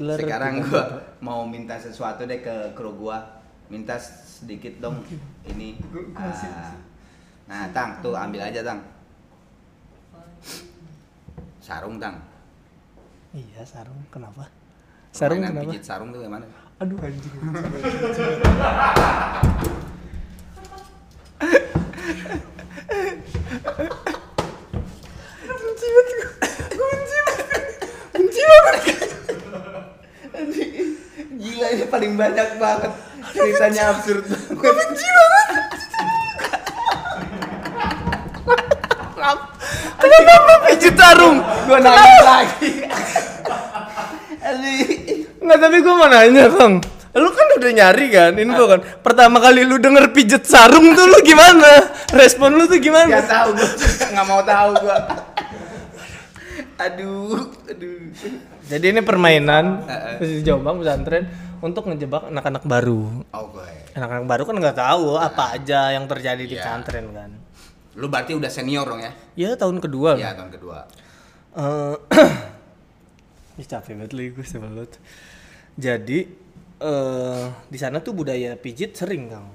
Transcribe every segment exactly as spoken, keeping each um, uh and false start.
Hitler. Sekarang gue mau minta sesuatu deh ke kru gue. Minta sedikit dong ini. Ah. Nah, Tang, tuh ambil aja, Tang. Sarung, Tang. Iya, sarung. Kenapa? Sarung Permainan kenapa? pijit sarung tuh gimana? Aduh anjing. Benci banget gue. Gue benci banget. Benci banget. Gila, ini paling banyak banget. Ceritanya absurd banget. Gue benci banget. Kenapa pijit sarung? Gue nangis lagi. Aduh. Nggak, tapi gue mau nanya, Bang. Lu kan udah nyari kan, info kan. Pertama kali lu denger pijet sarung tuh lu gimana? Respon lu tuh gimana? Gak tahu, gue nggak mau tahu gue. Aduh, aduh. Jadi ini permainan di Jombang pesantren untuk ngejebak anak-anak baru. Oh, gue. Anak-anak baru kan nggak tahu apa aja yang terjadi di Iya. pesantren kan. Lu berarti udah senior dong ya? Ya tahun kedua. Iya, tahun kedua. Eh, Ih, capek banget lagi gue sebelum. Jadi eh di sana tuh budaya pijit sering, Kang.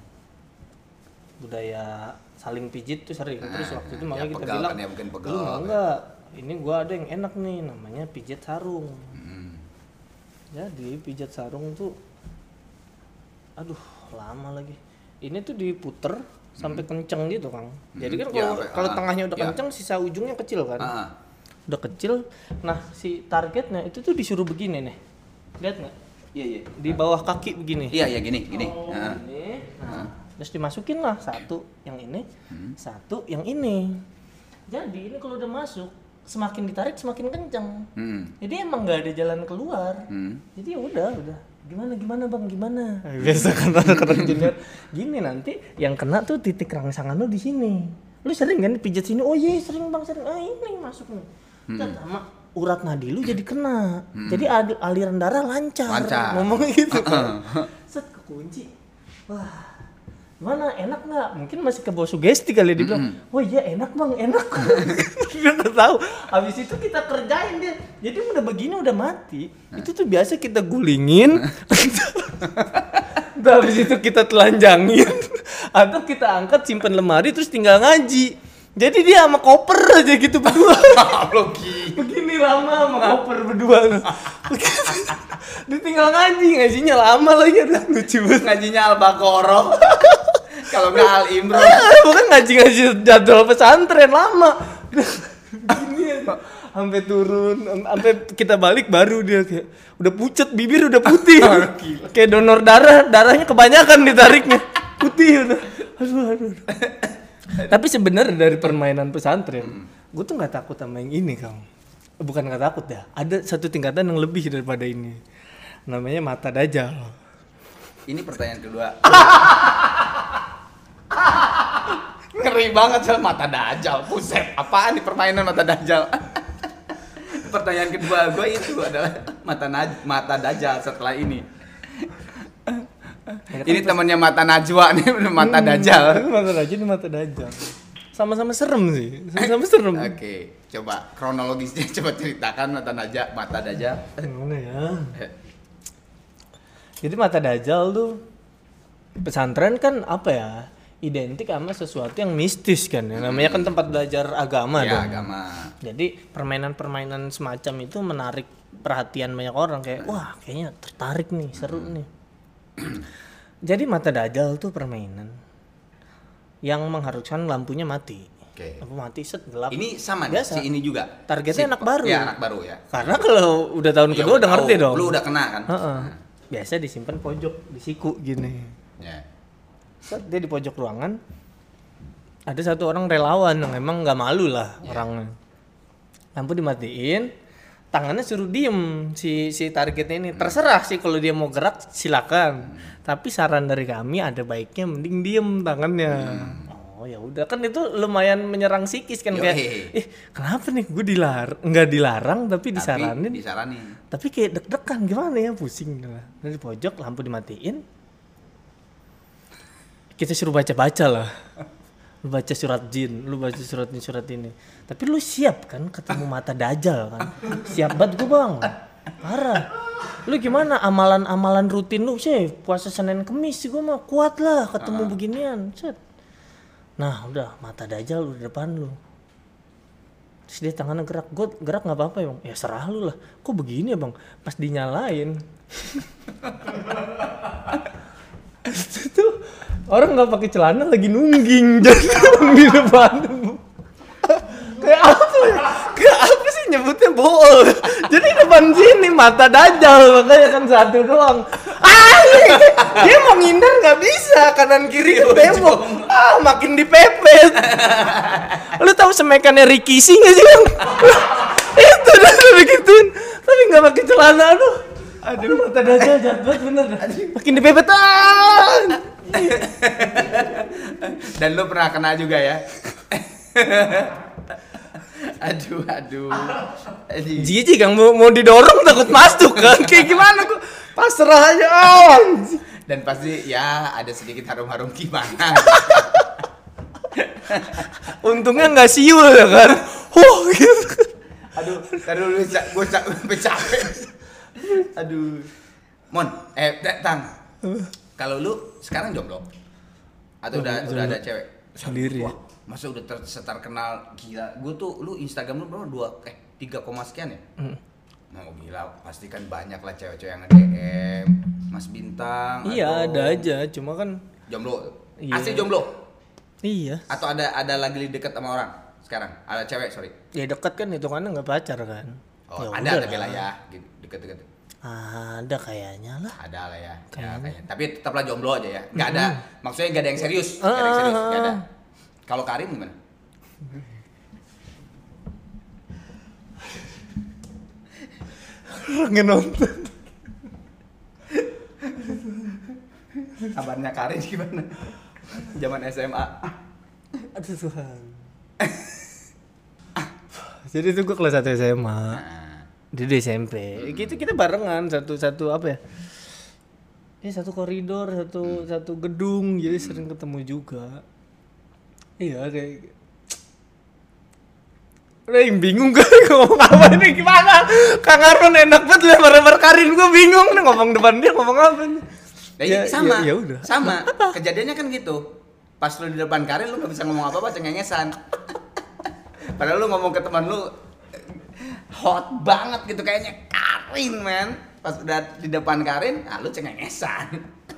Budaya saling pijit tuh sering. Nah, Terus waktu itu ya, makanya kita pegal bilang, kan ya, mungkin pegal. lu mau nggak? Ini gua ada yang enak nih, namanya pijit sarung. Hmm. Jadi pijat sarung tuh, aduh lama lagi. Ini tuh diputer sampai kenceng gitu, Kang. Jadi kan Ya, kalau sampai- kalau ah, tengahnya udah ya. kenceng, sisa ujungnya kecil kan. Ah, Udah kecil. Nah si targetnya itu tuh disuruh begini nih. Lihat nggak? iya, iya. Di bawah kaki begini. Iya, iya gini, gini. Oh, Ah. ini. Nah, terus dimasukin lah satu yang ini, satu yang ini. Jadi ini kalau udah masuk, semakin ditarik semakin kenceng. Hmm. Jadi emang nggak ada jalan keluar. Hmm. Jadi ya udah, udah. Gimana gimana Bang, gimana? Biasa kan anak-anak junior. Gini nanti yang kena tuh titik rangsangan lu di sini. Lu sering kan pijat sini? Oh iya, sering Bang, sering. Ah, ini masuk nih. Dan sama urat nadi lu jadi kena. Jadi al- aliran darah lancar. Lancar. Ngomongnya gitu kan. Set kekunci. Wah. Gimana, enak nggak? Mungkin masih ke bawah sugesti kali dia bilang, oh iya enak Bang, enak. Dia nggak tahu. Habis itu kita kerjain dia. Jadi udah begini udah mati. Itu tuh biasa kita gulingin. Terus habis itu kita telanjangin. Atau kita angkat simpen lemari terus tinggal ngaji. Jadi dia sama koper aja gitu berdua. Logi. Begini lama sama koper berdua. Dia tinggal ngaji, ngajinya lama lagi, ada lucu banget. Ngajinya Al-Baqarah. Kalau nggak Al-Imran. Bukan ngaji-ngaji jadwal pesantren lama. Gini ya. Sampai turun, sampai kita balik baru dia kayak udah pucet, bibir udah putih. Kayak donor darah, darahnya kebanyakan ditariknya. Putih udah. Aduh, aduh. Tapi sebenarnya dari permainan pesantren, gue tuh nggak takut sama yang ini, Kang. Bukan nggak takut ya. Ada satu tingkatan yang lebih daripada ini. Namanya mata dajjal. Ini pertanyaan kedua. Ngeri banget soal mata dajjal. Buset, apaan nih permainan mata dajjal? Pertanyaan kedua gue itu adalah mata naj- mata dajjal setelah ini. Ya, Ini temannya mata Najwa nih, mata Hmm, dajjal. itu mata dajjal, ini mata dajjal. Sama-sama serem sih. Sama-sama serem. Oke, coba kronologisnya coba ceritakan mata dajjal, mata dajjal. Gimana ya? Jadi mata dajjal tuh pesantren kan apa ya? Identik sama sesuatu yang mistis kan ya. Namanya kan tempat belajar agama Ya, dong. agama. Jadi permainan-permainan semacam itu menarik perhatian banyak orang kayak wah, kayaknya tertarik nih, seru nih. Jadi mata dajjal tuh permainan yang mengharuskan lampunya mati. Oke. Lampu mati set gelap. Ini sama nih, Biasa. si ini juga. Targetnya Si- anak baru. Ya, anak baru ya. Karena kalau udah tahun Ya, kedua udah tahu. ngerti dong. Lu udah kena kan? Heeh. Biasa disimpan pojok di siku gini. Ya. Set dia di pojok ruangan. Ada satu orang relawan yang emang nggak malu lah Ya. orangnya. Lampu dimatiin, tangannya suruh diem si si targetnya ini. Terserah sih kalau dia mau gerak silakan. Tapi saran dari kami ada baiknya mending diem tangannya. Oh ya udah kan itu lumayan menyerang psikis kan Yoi. kayak ih kenapa nih gue dilarang nggak dilarang tapi Tapi disaranin disaranin. tapi kayak deg-degan gimana ya pusing lah. Dari pojok lampu dimatiin kita suruh baca-baca lah, lu baca surat jin, lu baca surat ini surat ini, tapi lu siap kan ketemu mata dajjal kan, siap banget gue bang, parah. Lu gimana amalan-amalan rutin lu sih? Puasa Senin Kemis gue mah kuat lah ketemu uh-huh. beginian. Set. Nah udah mata dajal udah depan lu. Terus dia tangannya gerak. Gue gerak nggak apa-apa ya bang. Ya serah lu lah. Kok begini ya bang? Pas dinyalain. Itu orang nggak pakai celana lagi nungging jadi di depan. Kayak apa ya? Kayak apa sih nyebutnya bool? Jadi depan sini mata dajal makanya kan satu doang. Ah, dia mau ngindar nggak bisa kanan kiri ke tembok. Ah, makin dipepet. Lu tahu semekannya Ricky sih nggak sih bang? Itu dah begituin. Tapi nggak pakai celana aduh. Aduh mata dajal jahat banget bener. Makin dipepet ah. Dan lu pernah kena juga ya? Aduh, aduh. Jijik Kang mau, mau didorong takut masuk kan. Kayak gimana gua pasrah aja. Oh. Dan pasti ya ada sedikit harum-harum gimana. Untungnya enggak siul ya kan. Huh gitu. Aduh, taruh dulu gua capek. Aduh. Mon, eh Tang. Kalau lu sekarang jomblo? Atau udah udah ada cewek sendiri? Wah, masa udah ter- terkenal gila. Gue tuh lu Instagram lu berapa? dua eh tiga koma sekian ya? Mm. Mau gila, pasti kan banyak lah cewek-cewek yang nge-D M Mas Bintang. Iya, atau... ada aja, cuma kan jomblo. Iya. Asli jomblo. Iya. Atau ada ada lagi deket sama orang sekarang? Ada cewek, sorry. Ya deket kan itu kan enggak pacar kan. Oh, ya ada tapi lah ya, deket-deket. Ada kayaknya lah. Ada lah ya. Kayaknya. Ya, kayaknya. Tapi tetaplah jomblo aja ya. Enggak ada, mm-hmm. maksudnya enggak ada yang serius, enggak ada yang serius, enggak ada. Kalau Karin gimana? Nggak nonton. Kabarnya Karin gimana? Zaman S M A. Aduh Tuhan. Jadi itu gue kelas satu S M A. Nah. Dia di S M P. Hmm. Gitu kita barengan satu-satu apa ya? Ya satu koridor, satu hmm. satu gedung, jadi hmm. sering ketemu juga. Iya kayak udah yang bingung gue ngomong apa ini gimana? Kang Arman enak banget lebar-lebar Karin, gue bingung nih ngomong depan dia ngomong apa nih. Ya, sama, ya, ya udah. Sama. Kejadiannya kan gitu. Pas lu di depan Karin lu nggak bisa ngomong apa-apa, cengengesan. Padahal lu ngomong ke teman lu hot banget gitu kayaknya Karin man. Pas udah di depan Karin, ah lu cengengesan.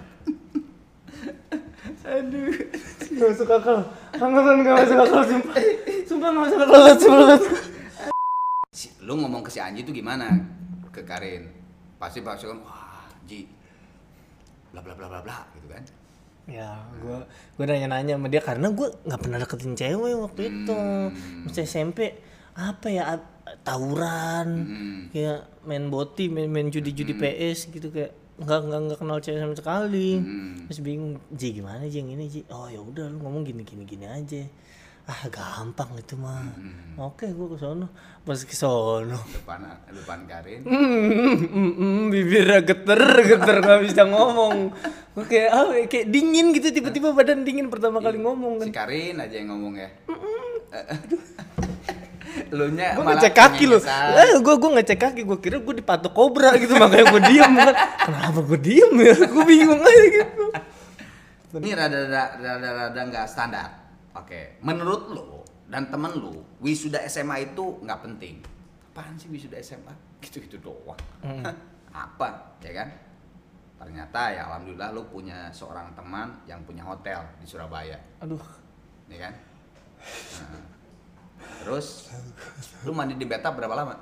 Aduh, gak masuk akal. Anggaran gak masuk akal, sumpah. Sumpah gak masuk akal, sumpah. Lu ngomong ke si Anji itu gimana? Ke Karin. Pasti pasti kan, wah Ji, bla bla bla bla bla gitu kan. Ya, gue gue nanya-nanya sama dia karena gue nggak pernah deketin cewek waktu hmm. itu. Mesti S M P apa ya tawuran, hmm. kayak main boti, main, main judi-judi hmm. P S gitu kayak nggak nggak nggak kenal cewek sama sekali. Hmm. Terus bingung, Ji gimana Ji yang ini Ji? Oh ya udah lu ngomong gini gini gini aja. Ah gampang itu mah. Hmm. Oke gue ke sono. Pas ke sono. Depan depan Karin. Mm, mm, mm, bibirnya geter geter nggak bisa ngomong. Gue kayak ah kayak dingin gitu tiba-tiba badan dingin pertama kali ngomong kan. Si Karin aja yang ngomong ya. Lu nya gue ngecek kaki lu. Eh gue gue ngecek kaki gue kira gue dipatok kobra gitu makanya gue diem kan. Kenapa gue diem ya? Gue bingung aja gitu. Ini rada-rada rada-rada nggak standar. Oke, menurut lu dan temen lu, wisuda S M A itu nggak penting. Apaan sih wisuda S M A? Gitu-gitu doang. Mm. Apa, ya kan? Ternyata ya alhamdulillah lu punya seorang teman yang punya hotel di Surabaya. Aduh. Ya kan? Nah, terus, lu mandi di bathtub berapa lama?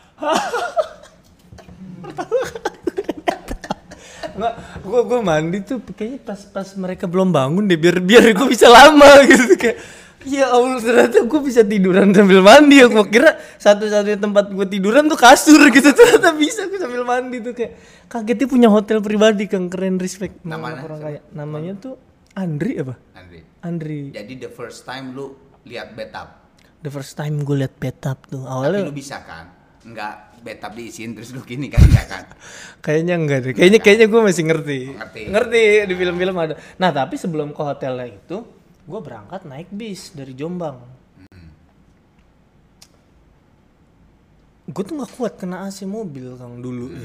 Enggak, gua gua mandi tuh kayaknya pas pas mereka belum bangun deh biar biar gua bisa lama gitu kayak ya Allah ternyata gua bisa tiduran sambil mandi ya gua kira satu-satunya tempat gua tiduran tuh kasur gitu ternyata bisa gua sambil mandi tuh kayak kagetnya punya hotel pribadi Kang keren respect namanya orang kaya namanya tuh Andri apa Andri Andri jadi the first time lu lihat bathtub the first time gua lihat bathtub tuh awalnya tapi lu bisa kan enggak bathtub diisiin terus lu gini kan enggak kan? Kayaknya enggak deh. Kayaknya kayaknya gue masih ngerti. Oh, ngerti. Ngerti di film-film ada. Nah, tapi sebelum ke hotelnya itu, gue berangkat naik bis dari Jombang. Hmm. Gue tuh nggak kuat kena A C mobil Kang dulu hmm. ya.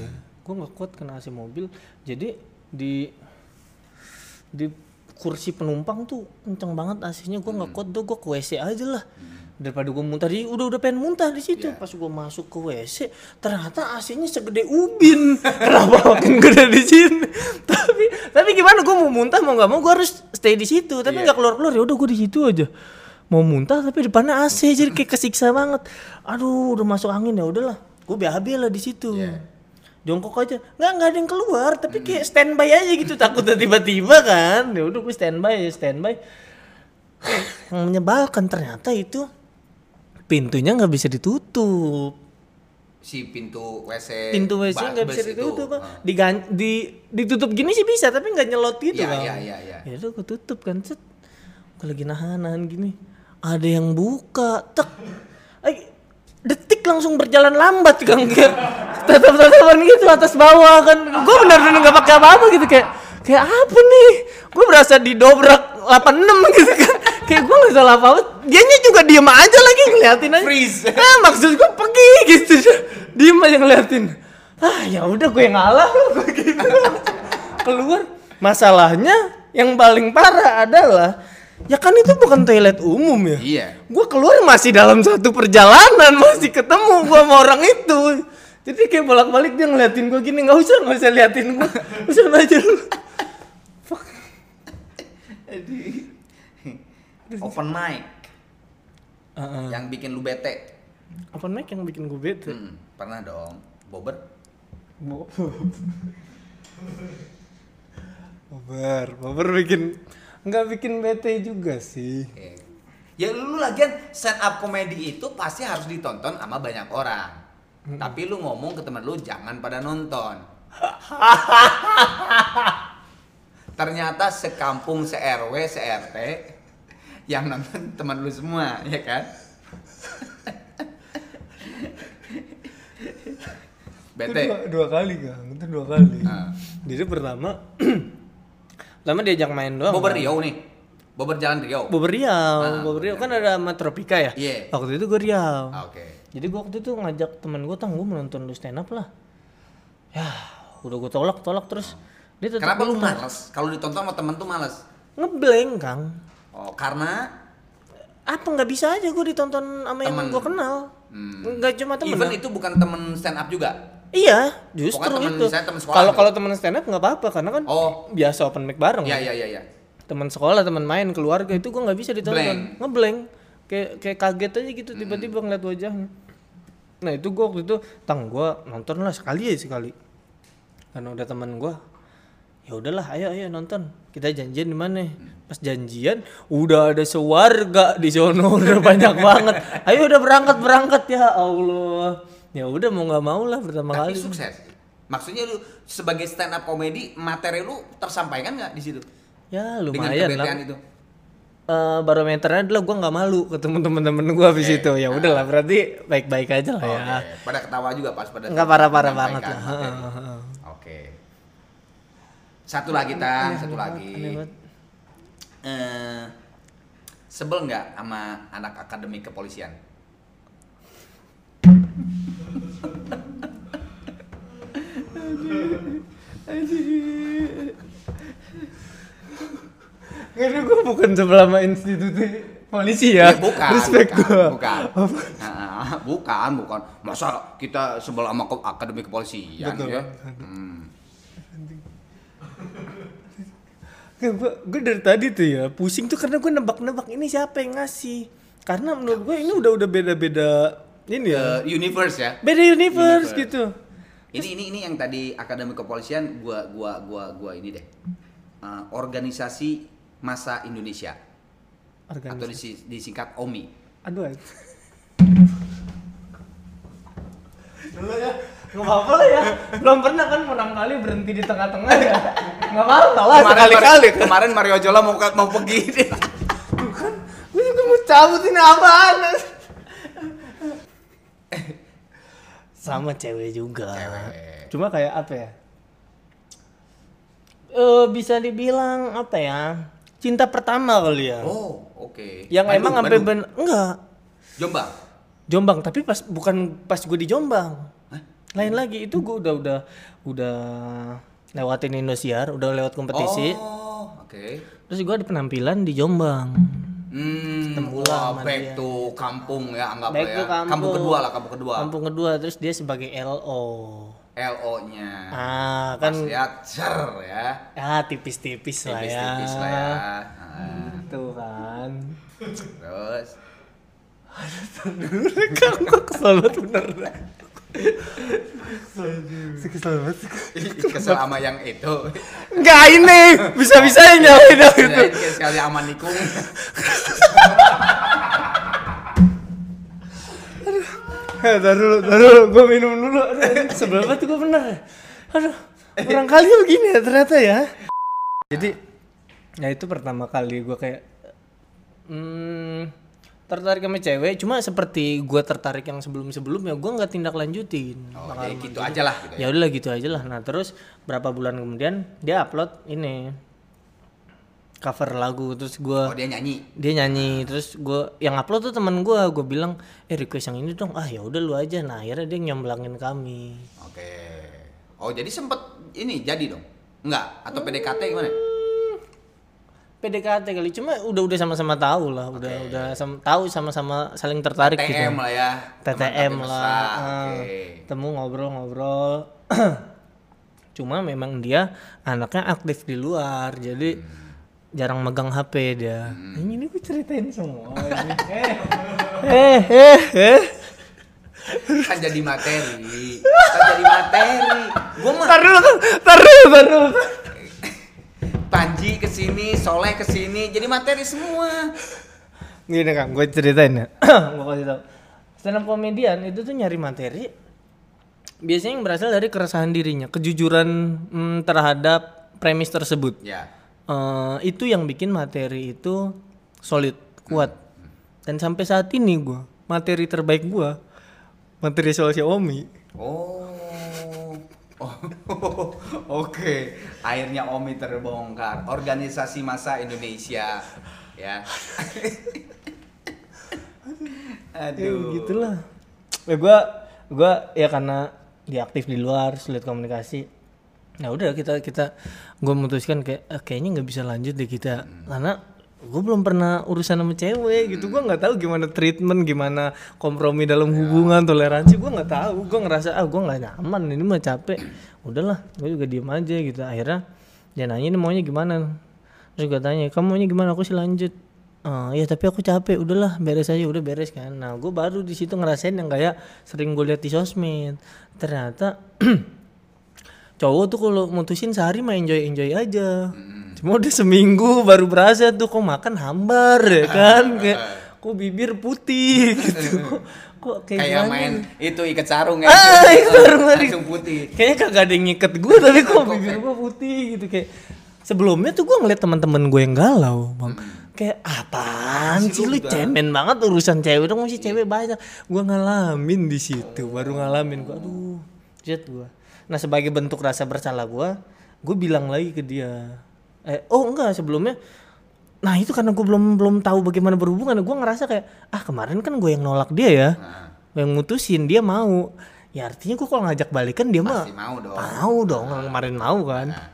gue nggak kuat kena A C mobil. Jadi di di kursi penumpang tuh kenceng banget A C-nya, gue nggak kuat tuh, gue ke W C aja lah. Daripada gue muntah di udah udah pengen muntah di situ. Yeah. Pas gue masuk ke W C ternyata A C-nya segede ubin. Kenapa makin gede di sini? tapi tapi gimana, gue mau muntah mau nggak mau gue harus stay di situ. Tapi nggak yeah. keluar keluar, ya udah gue di situ aja. Mau muntah tapi depannya A C, jadi kayak kesiksa banget. Aduh udah masuk angin, ya udahlah. Gue B A B lah di situ. Yeah. Jongkok aja, nggak nggak ada yang keluar, tapi kayak standby aja gitu, takutnya tiba-tiba kan. Ya udah gue standby standby. Yang menyebalkan ternyata itu pintunya nggak bisa ditutup. Si pintu W C. Pintu W C nggak bisa ditutup, Pak. Digan- di ditutup gini sih bisa, tapi nggak nyelot gitu ya, kan. Iya iya iya. Ya udah gue tutup kan, set. Gue lagi nahan-nahan gini, ada yang buka, tek. Ay, detik langsung berjalan lambat kan, kayak tatap-tatapan gitu atas bawah kan. Gue benar-benar nggak pakai apa-apa gitu, kayak kayak apa nih? Gue berasa didobrak delapan enam gitu kan. Kayak gue nggak salah apa-apa. Dianya juga diem aja lagi ngeliatin aja. Freeze. Nah, maksud gue pergi gitu, diem aja ngeliatin. Ah ya udah gue ngalah gue gitu. Keluar. Masalahnya yang paling parah adalah ya kan itu bukan toilet umum ya. Iya. Gue keluar masih dalam satu perjalanan, masih ketemu gue sama orang itu. Jadi kayak bolak-balik dia ngeliatin gue gini, nggak usah nggak usah liatin gue, usah aja lu. Open mic. Uh-uh. Yang bikin lu bete. Open mic yang bikin gue bete. Hmm, pernah dong. Bober. Bober, Bober bikin nggak bikin bete juga sih. Okay. Ya lu lagian stand up comedy itu pasti harus ditonton sama banyak orang. Hmm. Tapi lu ngomong ke teman lu jangan pada nonton. Ternyata sekampung, se-R W, se-R T yang nonton teman lu semua, ya kan? Bete. Itu dua, dua kali kan, itu dua kali. Uh. Jadi pertama, pertama diajak main doang. Bober kan? Riau nih, Bober Jalan Riau. Bober Riau, Ah, Bober Riau kan ada sama Tropika ya. Iya. Waktu itu gue Riau. Ah, Oke. Okay. Jadi gue waktu itu ngajak temen gue, tang gue mau nonton lu stand up lah. Ya, udah gue tolak tolak terus. Dia tetap Kenapa lu nonton. males? Kalau ditonton sama temen tuh males. Ngeblank Kang. Oh, karena Apa nggak bisa aja gue ditonton sama yang Temen. gue kenal. Hmm. Nggak cuma temen. even itu bukan temen stand up juga. Iya, justru Pokoknya temen, itu. misalnya temen sekolah Kalau gitu. kalau temen stand up nggak apa-apa karena kan Oh. biasa open mic bareng. Iya kan. iya iya iya. Teman sekolah, teman main, keluarga itu gue nggak bisa ditonton. Blank. Ngeblank. Kayak kayak kaget aja gitu Hmm. tiba-tiba ngeliat wajahnya. Nah itu gue waktu itu, tang gue nonton lah sekali aja sekali. Karena udah teman gue, ya udahlah, ayo ayo nonton. Kita janjian di mana? Pas janjian, udah ada sewarga di sono, udah banyak banget. Ayo udah berangkat berangkat ya Allah. Ya udah mau nggak mau lah pertama Tapi kali. sukses. Maksudnya lu sebagai stand up comedy materi lu tersampaikan nggak di situ? Ya Dengan lumayan lah. kebetean itu. Uh, barometernya adalah gue nggak malu ketemu temen-temen gue habis Okay. itu. Ya udahlah berarti baik-baik aja lah ya. Oke. Pada ketawa juga pas pada Nggak parah-parah banget menyampaikan lah. materi. Heeh. Oke. Satu lagi Tang, Aneh satu banget, lagi. aneh banget. Eh, sebel nggak sama anak akademi kepolisian? Karena gue bukan sebelah sama institusi polisi ya. Ya, bukan, Respect bukan, gue. bukan. Nah, bukan, bukan. Masa kita sebelah sama ke- akademi kepolisian Betul. ya? Hmm. Gue gue dari tadi tuh ya pusing tuh karena gue nebak-nebak ini siapa yang ngasih. Karena menurut gue ini udah udah beda-beda ini ya. Eh, universe ya. Beda universe, Universe. gitu. Ini ini ini yang tadi akademi kepolisian gua gua gua gua ini deh. Eh, organisasi Massa Indonesia atau Organisasi. disi- disingkat O M I. Aduh. Dulu ya. Nggak apa-apa lah ya. Belum pernah kan menang kali berhenti di tengah-tengah ya. Nggak apa-apa lah sekali-kali. Mari- kemarin Mario Jola mau mau pergi. Tuh kan, gue juga mau cabut ini apaan? Sama cewek juga. Cewek. Cuma kayak apa ya? Eh bisa dibilang apa ya? Cinta pertama kali ya. Oh, oke. Yang Bandung, emang sampai Bandung. ben enggak Jombang. Jombang, tapi pas bukan pas gue di Jombang. Hah? Lain lagi itu gue udah udah udah lewatin Indosiar, udah lewat kompetisi. Oh, oke. Okay. Terus gue ada penampilan di Jombang. Hmm, Ketemu wah, lah back to kampung ya, anggap back ya. to kampung. Kampung kedua lah, kampung kedua. Kampung kedua, terus dia sebagai L O. L O-nya. Ah, kan pas lihat cer ya. Ah, tipis-tipis lah ya. Tipis-tipis lah ya. Nah. Tuh kan. Terus Dulu kan gue kesel banget bener. Kesel banget. Kesel sama yang itu. Enggak ini, bisa-bisanya nyalain aku itu. Kirain sekali sama nikung. Taruh dulu, taruh dulu, gue minum dulu. Aduh, sebel banget gue bener. Aduh, orang kali begini ya ternyata ya. Jadi, ya itu pertama kali gue kayak hmm, tertarik sama cewek. Cuma seperti gue tertarik yang sebelum-sebelumnya, gue nggak tindak lanjutin. Oh, ya gitu aja lah. Gitu ya udahlah gitu aja lah. Nah terus berapa bulan kemudian dia upload ini cover lagu, terus gue oh dia nyanyi dia nyanyi terus gue yang upload tuh teman gue gue bilang eh request yang ini dong, ah ya udah lu aja. Nah akhirnya dia nyomblangin kami. Oke. Oh jadi sempet ini jadi dong enggak atau P D K T gimana? P D K T kali, cuma udah udah sama-sama tahu lah, udah okay. udah sama, tahu sama-sama saling tertarik T T M gitu. lah ya. T T M lah. Okay. Temu ngobrol-ngobrol. Cuma memang dia anaknya aktif di luar, jadi hmm. jarang megang H P dia. Hmm. Ini gue ceritain semua. eh, eh, eh, eh. Kan jadi materi. Kan jadi materi. Gua mah taruh, taruh, taruh. Panji kesini, Soleh kesini, jadi materi semua. Gini Kang, gue ceritain ya. Gue kasih tau. Stand up comedian itu tuh nyari materi. Biasanya yang berasal dari keresahan dirinya, kejujuran hmm, terhadap premis tersebut. Ya. Uh, itu yang bikin materi itu solid, kuat. Hmm. Dan sampai saat ini gue, materi terbaik gue, materi soal Xiaomi. Oh. Oh, oke. Okay. Akhirnya Omi terbongkar. Organisasi Massa Indonesia, ya. Aduh. Ya, gitulah. Ya gue, gue ya karena dia aktif di luar, sulit komunikasi. Nah udah kita kita, gue memutuskan kayak eh, kayaknya nggak bisa lanjut deh kita, hmm. karena gue belum pernah urusan sama cewek gitu. Gue nggak tahu gimana treatment, gimana kompromi dalam hubungan, toleransi. Gue nggak tahu. Gue ngerasa ah gue nggak nyaman, ini mah capek. Udahlah, gue juga diem aja gitu. Akhirnya dia nanya ini maunya gimana. Terus gue tanya kamu maunya gimana, aku sih lanjut. Oh, ya tapi aku capek. Udahlah beres aja, udah beres kan. Nah gue baru di situ ngerasain yang kayak sering gue lihat di sosmed. Ternyata cowok tuh kalau mutusin sehari mah enjoy enjoy aja. Cuma udah seminggu baru berasa tuh kok makan hambar ya kan, kayak kok bibir putih gitu. Kok kayak, kayak main itu ikat sarung ya. Ah, ikat sarung langsung putih. Kayaknya kagak ada yang ngikat gue tapi kok bibir gue putih gitu. Kayak sebelumnya tuh gue ngeliat teman-teman gue yang galau, Bang. Kayak apaan sih lu cemen banget urusan cewek dong, masih cewek banyak. Gue ngalamin di situ, baru ngalamin gue. Aduh, jet gue. Nah, sebagai bentuk rasa bersalah gue, gue bilang lagi ke dia. Eh, oh enggak sebelumnya. Nah itu karena gue belum belum tahu bagaimana berhubungan, gue ngerasa kayak ah kemarin kan gue yang nolak dia ya, nah. yang mutusin dia mau. Ya artinya gue kalau ngajak balikan dia mah mau dong. Mau dong, nah. kemarin mau kan. Nah.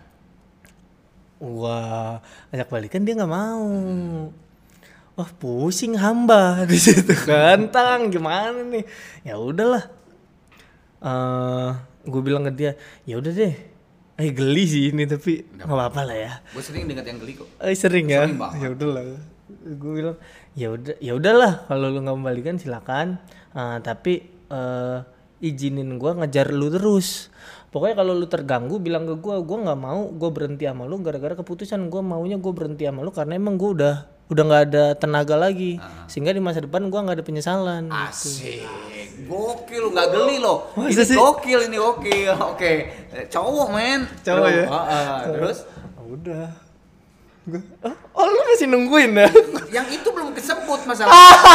Wah ngajak balikan dia nggak mau. Hmm. Wah pusing hamba di situ kan, tang gimana nih? Ya udahlah. Uh, gue bilang ke dia, ya udah deh. Eh geli sih ini tapi nggak apa-apa lah ya. Gue sering dengar yang geli kok. Eh sering ya. Ya udahlah. Gue bilang ya udah ya udahlah kalau lu nggak membalikan silakan. Uh, tapi uh, izinin gue ngejar lu terus. Pokoknya kalau lu terganggu bilang ke gue, gue nggak mau gue berhenti sama lu gara-gara keputusan gue maunya gue berhenti sama lu karena emang gue udah udah nggak ada tenaga lagi, uh. sehingga di masa depan gue nggak ada penyesalan. Asik, gitu. Gokil, nggak geli loh. Masa ini sih? Gokil ini gokil. Oke, cowok men. Cowok ya. Uh, uh, terus? Oh, udah. Gua, oh, oh lu masih nungguin ya? Yang itu belum kesebut masalah.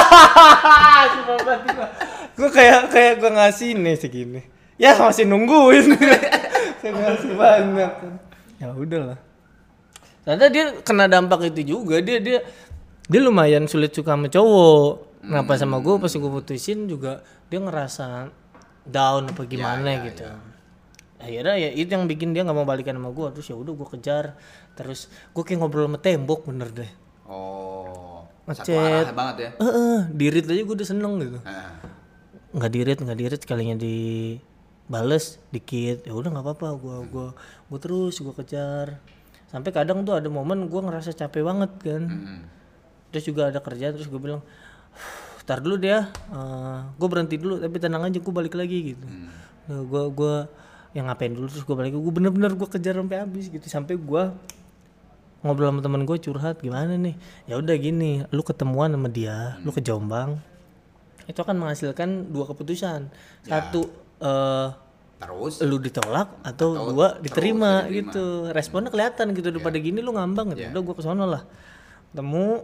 Gue kayak kayak gue ngasih nih segini. Ya masih nungguin. Saya ngasih banget. Ya udahlah. Ternyata dia kena dampak itu juga. Dia dia dia lumayan sulit suka sama cowok. Kenapa hmm. sama gue pas gue putusin juga dia ngerasa down apa gimana Ya, ya, gitu. ya. Akhirnya ya itu yang bikin dia nggak mau balikan sama gue. Terus ya udah gue kejar. Terus gue kayak ngobrol sama tembok bener deh. Oh, satu Ngechat. arah banget ya. Heeh, dirit aja gue udah seneng gitu. Nah, Nggak dirit nggak dirit sekalinya dibales dikit. Ya udah nggak apa-apa. Gue gue gue terus gue kejar. Sampai kadang tuh ada momen gue ngerasa capek banget kan. mm, Terus juga ada kerjaan terus gue bilang, "Tar dulu deh ya. Uh, gue berhenti dulu tapi tenang aja gue balik lagi gitu." mm. Gue gue yang ngapain dulu terus gue balik gue bener-bener gue kejar sampai habis gitu sampai gue ngobrol sama temen gue curhat gimana nih ya udah gini lu ketemuan sama dia hmm. lu ke Jombang itu akan menghasilkan dua keputusan ya. Satu uh, terus lu ditolak atau, atau dua diterima, diterima gitu responnya kelihatan gitu daripada ya. Gini lu ngambang gitu ya. Udah gue kesono lah ketemu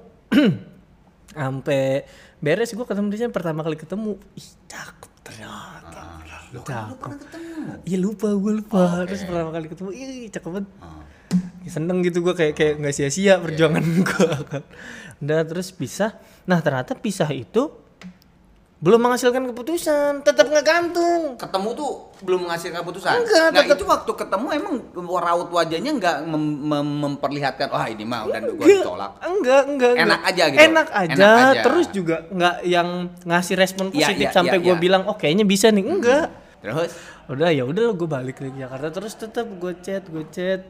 sampai beres gue ketemu dia pertama kali ketemu ih cakep ternyata ah. Loh, kan lu pernah ketemu? Iya lupa, gue lupa. Oh, okay. Terus pertama kali ketemu, ih cakep banget. Oh. Seneng gitu gue kayak kayak nggak sia-sia perjuangan yeah. gue kan. Udah terus pisah. Nah ternyata pisah itu belum menghasilkan keputusan, tetap ngegantung. Ketemu tuh belum menghasilkan keputusan. Enggak, nah tetep... itu waktu ketemu emang raut wajahnya nggak mem- mem- memperlihatkan wah ini mah udah gue ditolak. Enggak, enggak, enak enggak. aja gitu. Enak aja, enak aja. Terus juga nggak yang ngasih respon positif ya, ya, sampai ya, gue ya. bilang oh kayaknya bisa nih. Enggak. Hmm. Terus udah ya udah gue balik ke Jakarta terus tetap gue chat, gue chat.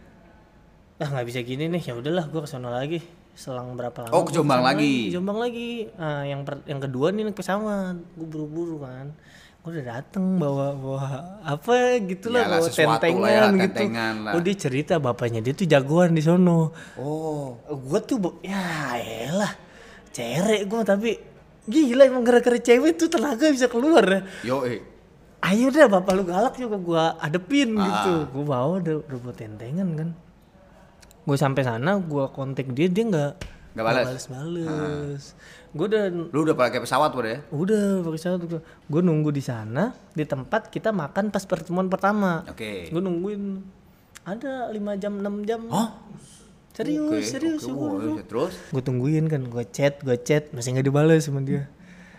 Ah nggak bisa gini nih, ya udahlah gue kesana lagi. Selang berapa lama? Oh, ke Jombang lagi. lagi. Jombang lagi. Nah, yang per, yang kedua nih naik pesawat. Gue buru-buru kan. Gue udah dateng bawa bawa apa gitu lah, bawa tentengan ya, gitu. Lah. Oh dia cerita bapaknya dia tuh jagoan di sono. Oh, gue tuh ya elah cerek gue tapi gila emang gara-gara cewek tuh tenaga bisa keluar ya. Yo eh. Ayo deh bapak lu galak juga gue adepin ah. gitu. Gue bawa udah udah bawa tentengan kan. Gue sampai sana, gue kontak dia, dia nggak nggak balas, balas. Gue udah, lu udah pakai pesawat udah ya? Udah pakai pesawat gue. Gue nunggu di sana, di tempat kita makan pas pertemuan pertama. Oke. Okay. Gue nungguin, ada lima jam enam jam. Oh? Serius, okay, serius. Okay, wow, ya, terus? Gue tungguin kan, gue chat, gue chat, masih nggak dibalas sama dia.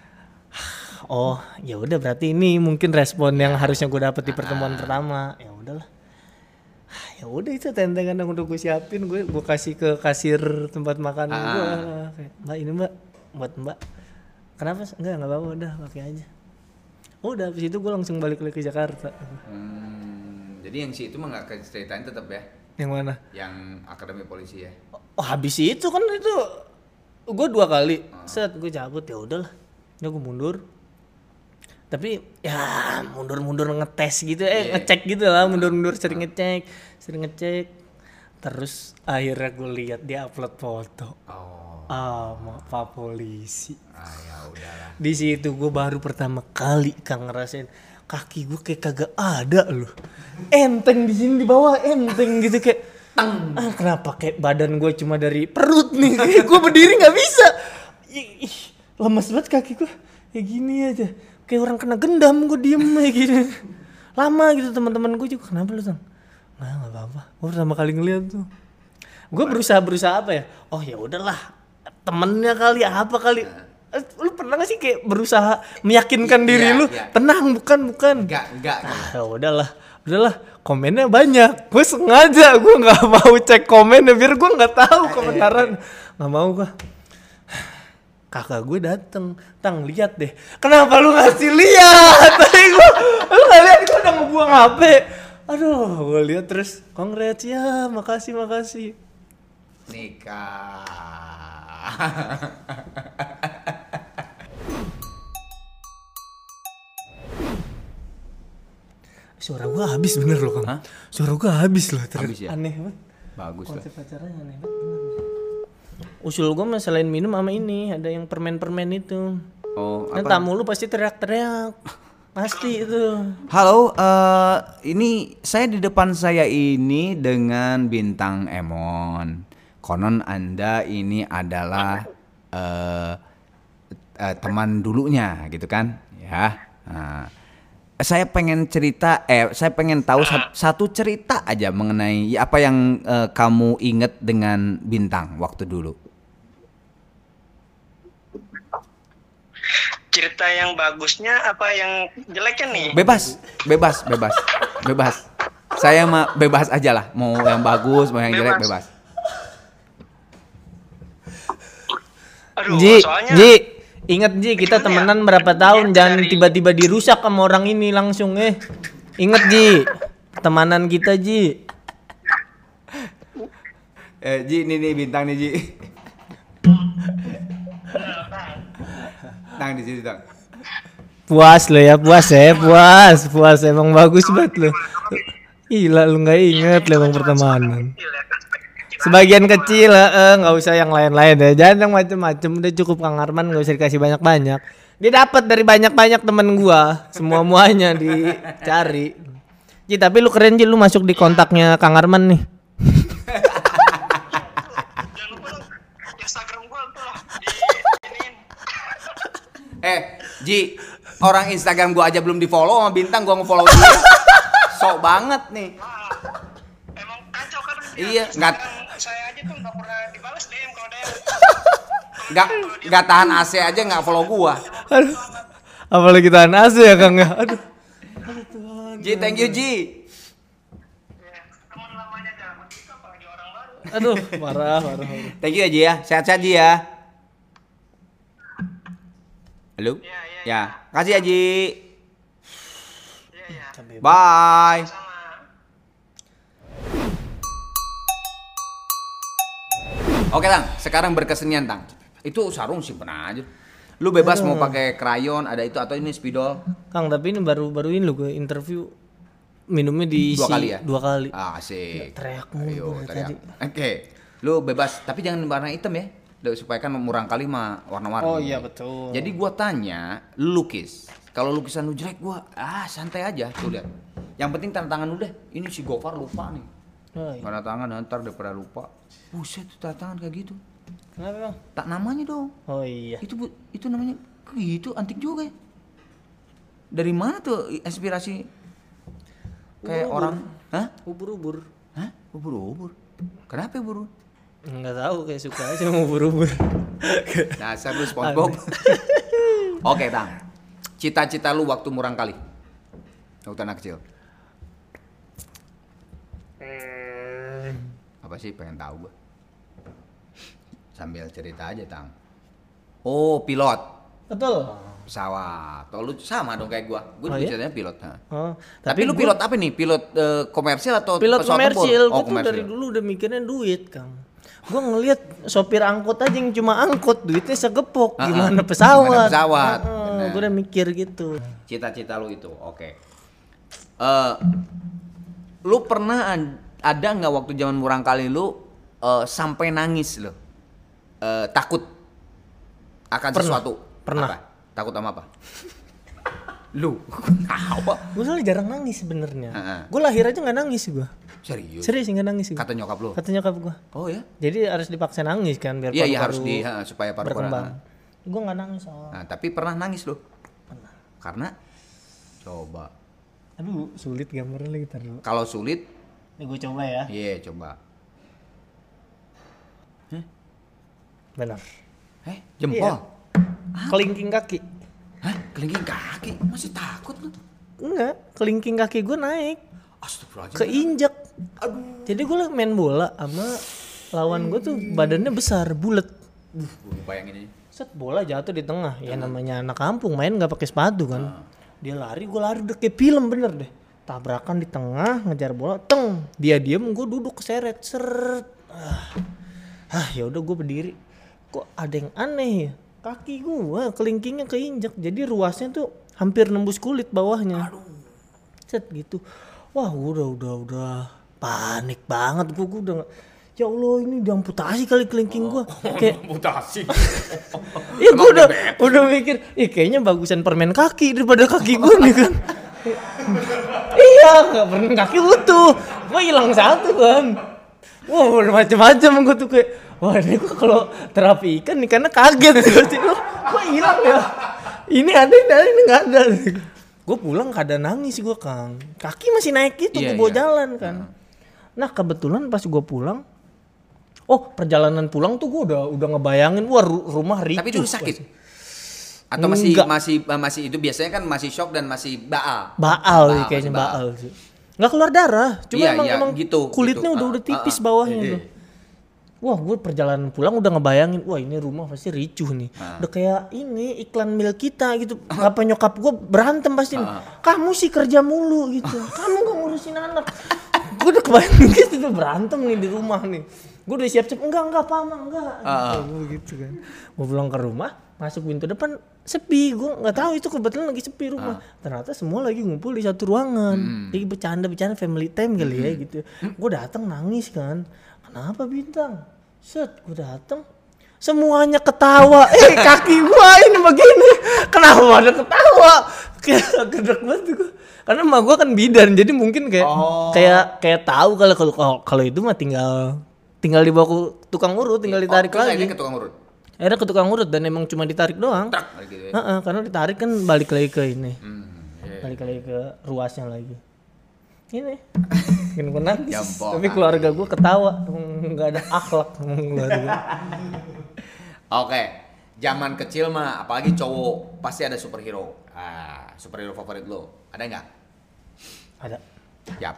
Oh, ya udah berarti ini mungkin respon yang harusnya gue dapet di pertemuan ah. pertama. Ya udahlah. Ya udah itu tentengan yang udah gue siapin, gue gue kasih ke kasir tempat makan ah. gue. Mbak ini mbak, buat mbak. Kenapa? Enggak nggak apa-apa, udah pakai aja. Udah habis itu gue langsung balik lagi ke Jakarta. Hmm, jadi yang si itu mah nggak ceritain tetap ya? Yang mana? Yang akademi polisi ya? Oh habis itu kan itu gue dua kali, ah. set gue cabut ya udahlah, udah gue mundur. Tapi ya mundur-mundur ngetes gitu, eh yeah. ngecek gitu lah, mundur-mundur sering ngecek, sering ngecek. Terus akhirnya gue lihat dia upload foto. Oh. Ah, Pak Polisi. Ah ya udahlah. Di situ gue baru pertama kali kan ngerasain kaki gue kayak kagak ada loh. Enteng di sini di bawah enteng gitu kayak teng. Ah, kenapa kayak badan gue cuma dari perut nih, kayak gue berdiri nggak bisa. Ih, ih, lemes banget kaki gue, kayak gini aja. Kayak orang kena gendam, gue diem kayak gini. Lama gitu teman-teman gue juga, kenapa lu Tang? Nah nggak apa-apa, gue pertama kali ngeliat tuh. Gue berusaha berusaha apa ya? Oh ya udahlah, temennya kali apa kali. Lu pernah gak sih kayak berusaha meyakinkan ya, diri ya, lu? Ya. Tenang, bukan bukan. Enggak enggak. Ah ya udahlah, udahlah. Komennya banyak. Gue sengaja gue nggak mau cek komennya biar gue nggak tahu komentaran. Nggak mau gue. Kakak gue dateng, Tang lihat deh. Kenapa lu ngasih lihat? Tapi gue, lu nggak lihat gue udah ngebuang H P. Aduh, gue lihat terus, congrats ya, makasih makasih. Nikah. Suara gue habis bener loh Kang. Hah? Suara gue habis loh, ter- habis ya? Aneh banget. Bagus lah. Konsep pacarannya aneh banget. Usul gue mah selain minum sama ini ada yang permen-permen itu. Oh, dan apa? tamu lu pasti teriak-teriak. Pasti itu. Halo, uh, ini saya di depan saya ini dengan Bintang Emon. Konon Anda ini adalah uh, uh, teman dulunya gitu kan? Ya. Nah, saya pengen cerita, eh saya pengen tahu satu, satu cerita aja mengenai apa yang uh, kamu inget dengan Bintang waktu dulu. cerita yang bagusnya apa yang jeleknya nih? Bebas, bebas, bebas, bebas. Saya mah bebas aja lah. Mau yang bagus, mau yang Bebas. jelek bebas. Aduh, Ji, soalnya Ji, ingat Ji, kita Gimana ya? temenan berapa tahun, Lihat jangan dari- tiba-tiba dirusak sama orang ini langsung eh. Ingat Ji, temanan kita Ji. Eh, Ji, ini nih bintang nih, Ji. Tang di sini, Tang. Puas lo ya, puas ya, puas, puas emang bagus banget lo. Gila lu nggak inget lo emang pertemanan. Sebagian kecil, eh nggak usah yang lain-lain ya, jangan yang macem-macem, udah cukup Kang Arman, nggak usah dikasih banyak-banyak. Dia dapat dari banyak-banyak temen gua, semua muanya dicari. Ji, tapi lu keren Ji, lu masuk di kontaknya Kang Arman nih. jangan lupa dong, Instagram gua tuh lah di iniin. Eh, Ji, orang Instagram gua aja belum di-follow sama bintang, gua nge-follow dia. Sok banget nih. Wah, emang kacau kan? Iya, Instagram nggak- saya aja tuh nggak pernah dibalas D M kalau ada yang Gak, gak tahan A C aja nggak follow gua. Aduh, apalagi tahan A C ya Kang ya. Aduh. Ji, thank you, Ji. ya, teman lamanya zaman kita apalagi orang baru. Aduh, marah, marah. marah. Thank you ya, Ji ya. Sehat-sehat, Ji ya. Halo? Iya, iya, Ya, kasih ya, Ji. Iya, iya. Bye. Sama. Oke, Tang. Sekarang berkesenian, Tang. Itu sarung simpen aja. Lu bebas mau pakai krayon, ada itu atau ini spidol. Kang, tapi ini baru baru ini lo gue interview minumnya diisi Dua kali ya? Dua kali. Ah, asik. Teriak mulu Ayo, gue teriak. tadi. Oke. Lu bebas, tapi jangan warna hitam ya. Udah, supaya kan murang kali mah warna-warni. Oh iya, betul. Jadi gua tanya, lu lukis. Kalau lukisan lu jelek gua, ah santai aja, tuh lihat. Yang penting tanda tangan lu deh. Ini si Gofar lupa nih. Oh, iya. Tanda tangan ntar daripada lupa. Buset tuh tanda tangan kayak gitu. Kenapa Bang? Tak namanya dong. Oh iya. Itu bu, itu namanya kok gitu antik juga ya. Dari mana tuh inspirasi kayak Ubur-ubur. orang? Hah? Ubur-ubur. Hah? Ubur-ubur. Kenapa ubur? Enggak tahu, kayak suka aja mau ubur-ubur. Dasar lu SpongeBob. Oke, Tang. Cita-cita lu waktu murang kali. Waktu anak kecil. Apa sih, pengen tahu gua. Sambil cerita aja, Tang. Oh, pilot. Betul. Pesawat. Oh, lu sama dong kayak gua. Gua Oh, juga iya? ceritanya pilot. Nah. Oh, Tapi, lu gua- pilot apa nih? Pilot eh, komersil atau pilot pesawat tempur? komersil. Oh, Gue tuh komersil. dari dulu udah mikirnya duit, Kang. Gue ngelihat sopir angkot aja yang cuma angkot, duitnya segepok. Ah, ah. Gimana pesawat? Gimana pesawat, Ah, ah, bener. gue udah mikir gitu. Cita-cita lu itu, oke. Eh, lu pernah ad- ada nggak waktu zaman murang kali lu eh, sampai nangis lo? Eh, takut akan Pernah, sesuatu? pernah. Apa? Takut sama apa? Lu, kenapa? Gue soalnya jarang nangis sebenarnya. Ah, ah. Gue lahir aja nggak nangis gue. Serius? Serius nggak nangis gue. Kata nyokap lu? Kata nyokap gue. Oh ya? Jadi harus dipaksa nangis kan biar Iya, iya paru-paru harus di ha, supaya paru-paru. berkembang. ha. Gue nggak nangis soalnya. Nah, tapi pernah nangis lu? Pernah. Karena coba. Aduh, sulit gambarnya lagi tar dulu. Kalau sulit, Nih gue coba ya. iya coba. Benar. Eh, jempol. Iya. Kelingking kaki. Hah? Kelingking kaki? Masih takut lu? Enggak, kelingking kaki gue naik, Astagfirullahaladzim. keinjak. Jadi gue main bola sama lawan gue tuh badannya besar, bulat. Gue bayangin aja. Set bola jatuh di tengah. Ya namanya anak kampung main nggak pakai sepatu kan. Dia lari, gue lari udah kayak film bener deh. Tabrakan di tengah, ngejar bola, teng. Dia diem, gue duduk keseret, seret. Ah, ah ya udah gue berdiri. Kok ada yang aneh ya? Kaki gue kelingkingnya keinjak. Jadi ruasnya tuh hampir nembus kulit bawahnya. Set gitu. Wah udah udah udah panik banget gue, gue udah nggak- ya Allah ini diamputasi kali kelingking gue. Kayak Mutasi. iya gue udah udah mikir, ih kayaknya bagusan permen kaki daripada kaki gue nih kan. Iya, permen kaki utuh, gue hilang satu kan. Wah udah macem-macem gue tuh kayak, wah ini gue kalau terapi ikan nih karena kaget gitu. Gue hilang ya. Ini ada, ini ada, ini nggak ada. Gue pulang kada nangis gue Kang. Kaki masih naik gitu, Iya, gue bawa iya. jalan kan. Nah kebetulan pas gue pulang, oh perjalanan pulang tuh gue udah udah ngebayangin, wah ru- rumah ricuh. Tapi dulu sakit. Atau masih Enggak. masih masih itu biasanya kan masih shock dan masih baal. Baal, Baal, sih kayaknya masih baal sih. Nggak keluar darah, cuma Iya, emang iya, emang gitu, kulitnya gitu. udah Ah, udah tipis ah, ah. bawahnya Iya. tuh. Wah, gue perjalanan pulang udah ngebayangin, wah ini rumah pasti ricuh nih. Ah. Udah kayak ini iklan milk kita gitu. Apa nyokap gue berantem pasti. nih. Ah. Kamu sih kerja mulu gitu. Kamu gak ngurusin anak. Gue udah kebayang gitu tuh berantem nih di rumah nih. Gue udah siap-siap, enggak enggak apa enggak. Ah. Gitu, gitu kan. Gue pulang ke rumah, masuk pintu depan sepi. Gue nggak tahu itu kebetulan lagi sepi rumah. Ternyata semua lagi ngumpul di satu ruangan. Hmm. Lagi bercanda-bercanda family time kali ya gitu. Gue datang nangis kan. Kenapa Bintang? Set, gue datang. Semuanya ketawa. Eh kaki gue ini begini. Kenapa ada ketawa? Kayak gedek banget gue. Karena emak gue kan bidan, jadi mungkin kayak Oh. kayak kayak tahu kalau kalau kalau itu mah tinggal tinggal dibawa ke tukang urut, tinggal ditarik Oh, terus lagi. akhirnya ke tukang urut. Akhirnya ke tukang urut dan emang cuma ditarik doang. Trak gitu ya. Heeh, karena ditarik kan balik lagi ke ini. Hmm, iya. Balik lagi ke ruasnya lagi. Ini. Bikin gue nangis. Jambok. Tapi keluarga gue ketawa. Enggak ada akhlak keluarga. Oke, zaman kecil mah apalagi cowok pasti ada superhero. Ah, superhero favorit lo ada nggak? Ada. Yap.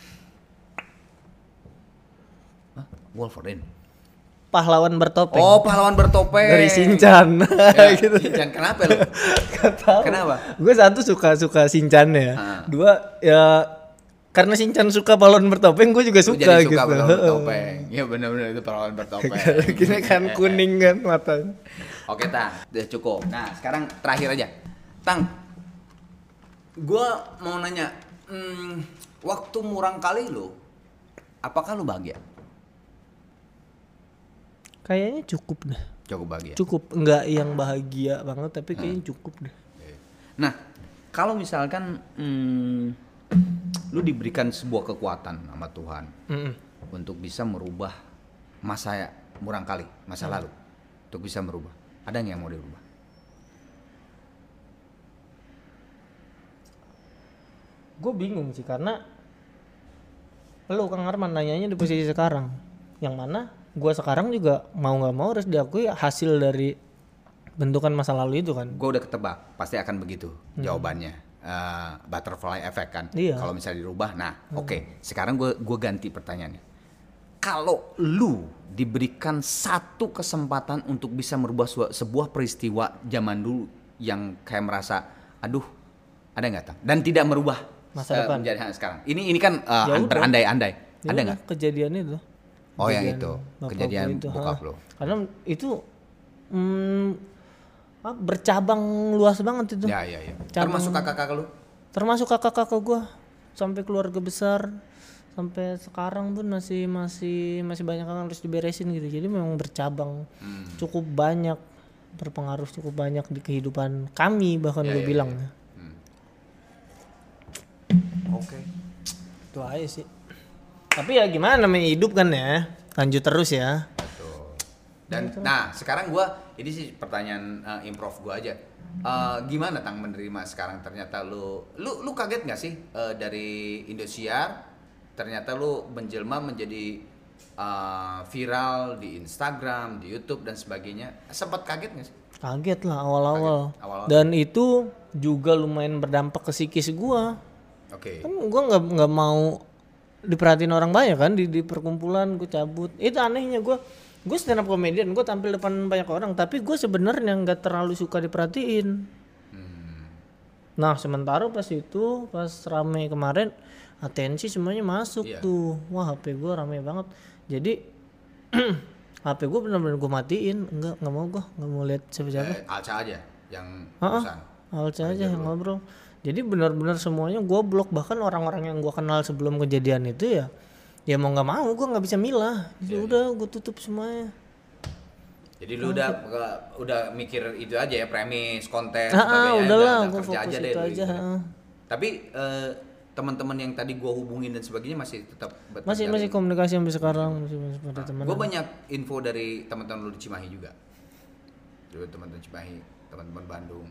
Hah? Wolverine. Pahlawan bertopeng. Oh, pahlawan bertopeng. Dari Shinchan. Ya, gitu. Shinchan. Kenapa lo? Gak tahu. Kenapa? Gue satu suka suka Shinchan ya. Ah. Dua ya karena Shinchan suka pahlawan bertopeng, gue juga Lu suka jadi suka gitu. pahlawan bertopeng. Iya benar-benar itu pahlawan bertopeng. Gini kan kuning kan matanya. Oke Tang, udah cukup. Nah sekarang terakhir aja, Tang. Gua mau nanya, hmm, waktu murang kali lo, apakah lu bahagia? Kayaknya cukup deh. Cukup bahagia. Cukup, enggak yang bahagia banget tapi kayaknya cukup deh. Nah, kalau misalkan hmm, lu diberikan sebuah kekuatan sama Tuhan Mm-mm. untuk bisa merubah masa murang kali, masa lalu, untuk bisa merubah, ada nggak yang mau dirubah? Gue bingung sih karena lu Kang Arman nanyanya di posisi sekarang, yang mana gue sekarang juga mau nggak mau harus diakui hasil dari bentukan masa lalu itu kan. Gue udah ketebak, pasti akan begitu jawabannya. Uh, butterfly effect kan. Iya. Kalau misalnya dirubah, nah oke. Okay. Sekarang gue gue ganti pertanyaannya. Kalau lu diberikan satu kesempatan untuk bisa merubah su- sebuah peristiwa zaman dulu yang kayak merasa, aduh, ada nggak Tang? Dan tidak merubah Masa uh, depan. menjadi hal sekarang. Ini ini kan uh, Ya udah. berandai-andai. Ya Ada udah, nggak? kejadian itu? Oh yang Kejadian itu, bokap kejadian gua itu, bokap ha. lo. Karena itu hmm, ah, bercabang luas banget itu. Ya ya ya. Cabang- Termasuk kakak-kakak lu? Termasuk kakak-kakak gue sampai keluarga besar sampai sekarang pun masih masih masih banyak yang harus diberesin gitu. Jadi memang bercabang Hmm. cukup banyak, berpengaruh cukup banyak di kehidupan kami bahkan Ya, gue ya, bilang. ya. Hmm. Oke. Itu aja sih. Tapi ya gimana namanya hidup kan ya, lanjut terus ya. Betul. Dan nah sekarang gua ini sih pertanyaan uh, improv gua aja. Uh, gimana Tang menerima sekarang ternyata lu lu lu kaget nggak sih uh, dari Indosiar ternyata lu menjelma menjadi uh, viral di Instagram, di YouTube dan sebagainya. Sempat kaget nggak sih? Kaget lah awal-awal. Kaget, awal-awal. Dan itu juga lumayan berdampak ke psikis gua. Oke. Kan gua nggak nggak mau diperhatiin orang banyak kan di, di perkumpulan gue cabut. Itu anehnya gue gue stand up comedian, gue tampil depan banyak orang tapi gue sebenarnya nggak terlalu suka diperhatiin. Hmm. Nah sementara pas itu pas rame kemarin atensi semuanya masuk Iya. tuh, wah H P gue rame banget. Jadi H P gue benar-benar gue matiin, enggak nggak mau gue nggak mau lihat siapa-siapa. Eh, Alca aja yang Heeh. urusan. Alca aja yang ngobrol. Jadi benar-benar semuanya gue blok, bahkan orang-orang yang gue kenal sebelum kejadian itu ya, ya mau nggak mau gue nggak bisa milah. Jadi Iya, udah gue tutup semuanya. Jadi lu udah udah mikir itu aja ya, premis, konten, Ah, ah, sebagainya, udahlah, udah gua kerja fokus aja itu deh dulu aja, gitu. ah. Tapi eh, teman-teman yang tadi gua hubungin dan sebagainya masih tetap ber- Masih terjalin. masih komunikasi sampai sekarang, masih masih pada teman. Gue banyak info dari teman-teman lu di Cimahi juga. Juga teman-teman Cimahi, teman-teman Bandung.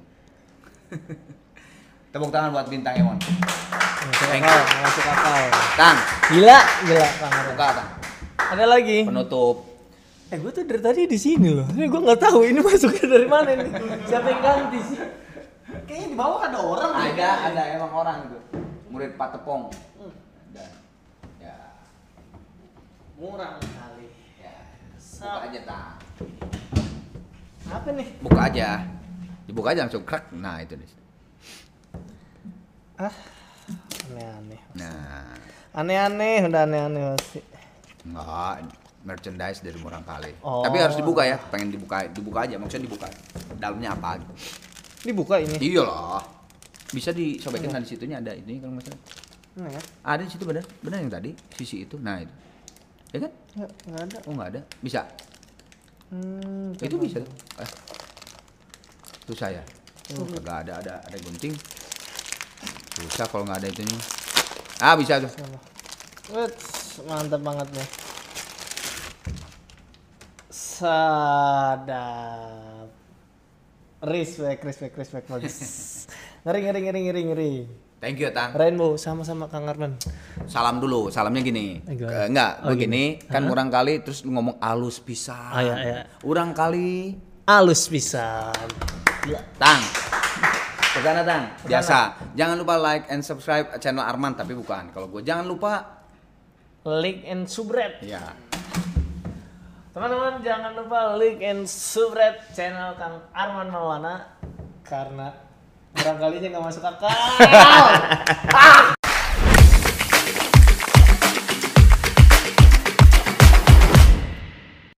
Tepuk tangan buat Bintang Emon. Masuk Thank akal, you. masuk akal. Tang, Gila, gila Kang Arman. buka Tang. Ada lagi? Penutup Eh gue tuh dari tadi di sini loh. Ini gue nggak tahu ini masuknya dari mana nih. Siapa yang ganti sih? Kayaknya di bawah ada orang. Ada, ada emang orang itu. Murid Pak Tepong. Ada. Ya. Murah kali. Ya. Buka aja tang. Apa nih? Buka aja. Dibuka aja langsung krak. Nah itu deh. Ah, aneh-aneh. Nah. Aneh-aneh, udah aneh-aneh pasti. Enggak, merchandise dari Murang Kali. Oh. Tapi harus dibuka ya, pengen dibuka, dibuka aja. Maksudnya dibuka. Dalamnya apa? Dibuka ini. Iya lah. Bisa disobekin, nah di situnya ada ini kalau nggak salah. Nah, ya? Ada di situ benar, benar yang tadi sisi itu. Nah itu, ya kan? Nggak, nggak ada. Oh nggak ada, bisa. Hmm, Itu coba. bisa tuh. Eh. Tuh saya. Oh, kagak ada, ada, ada gunting. Susah kalau nggak ada itunya. Ah bisa tuh. Wets, mantap banget nih. Sadap. Respect, respect, respect bagus. Ngeri, ngeri, ngeri, ngeri, ngeri. Thank you Tang. Rainbow sama-sama Kang Arman. Salam dulu, salamnya gini. Eh, gimana? Eh, enggak, Oh, begini gini. kan Hah? Murang Kali terus lu ngomong alus pisan. Ah, iya, iya. Urang kali Alus pisan. Ya. Tang. Kesana Tang. Biasa. Jangan lupa like and subscribe channel Arman tapi bukan. Kalau gue jangan lupa Like and subscribe. ya. Teman-teman jangan lupa like and subscribe channel Kang Arman Maulana karena barangkali nggak masuk akal.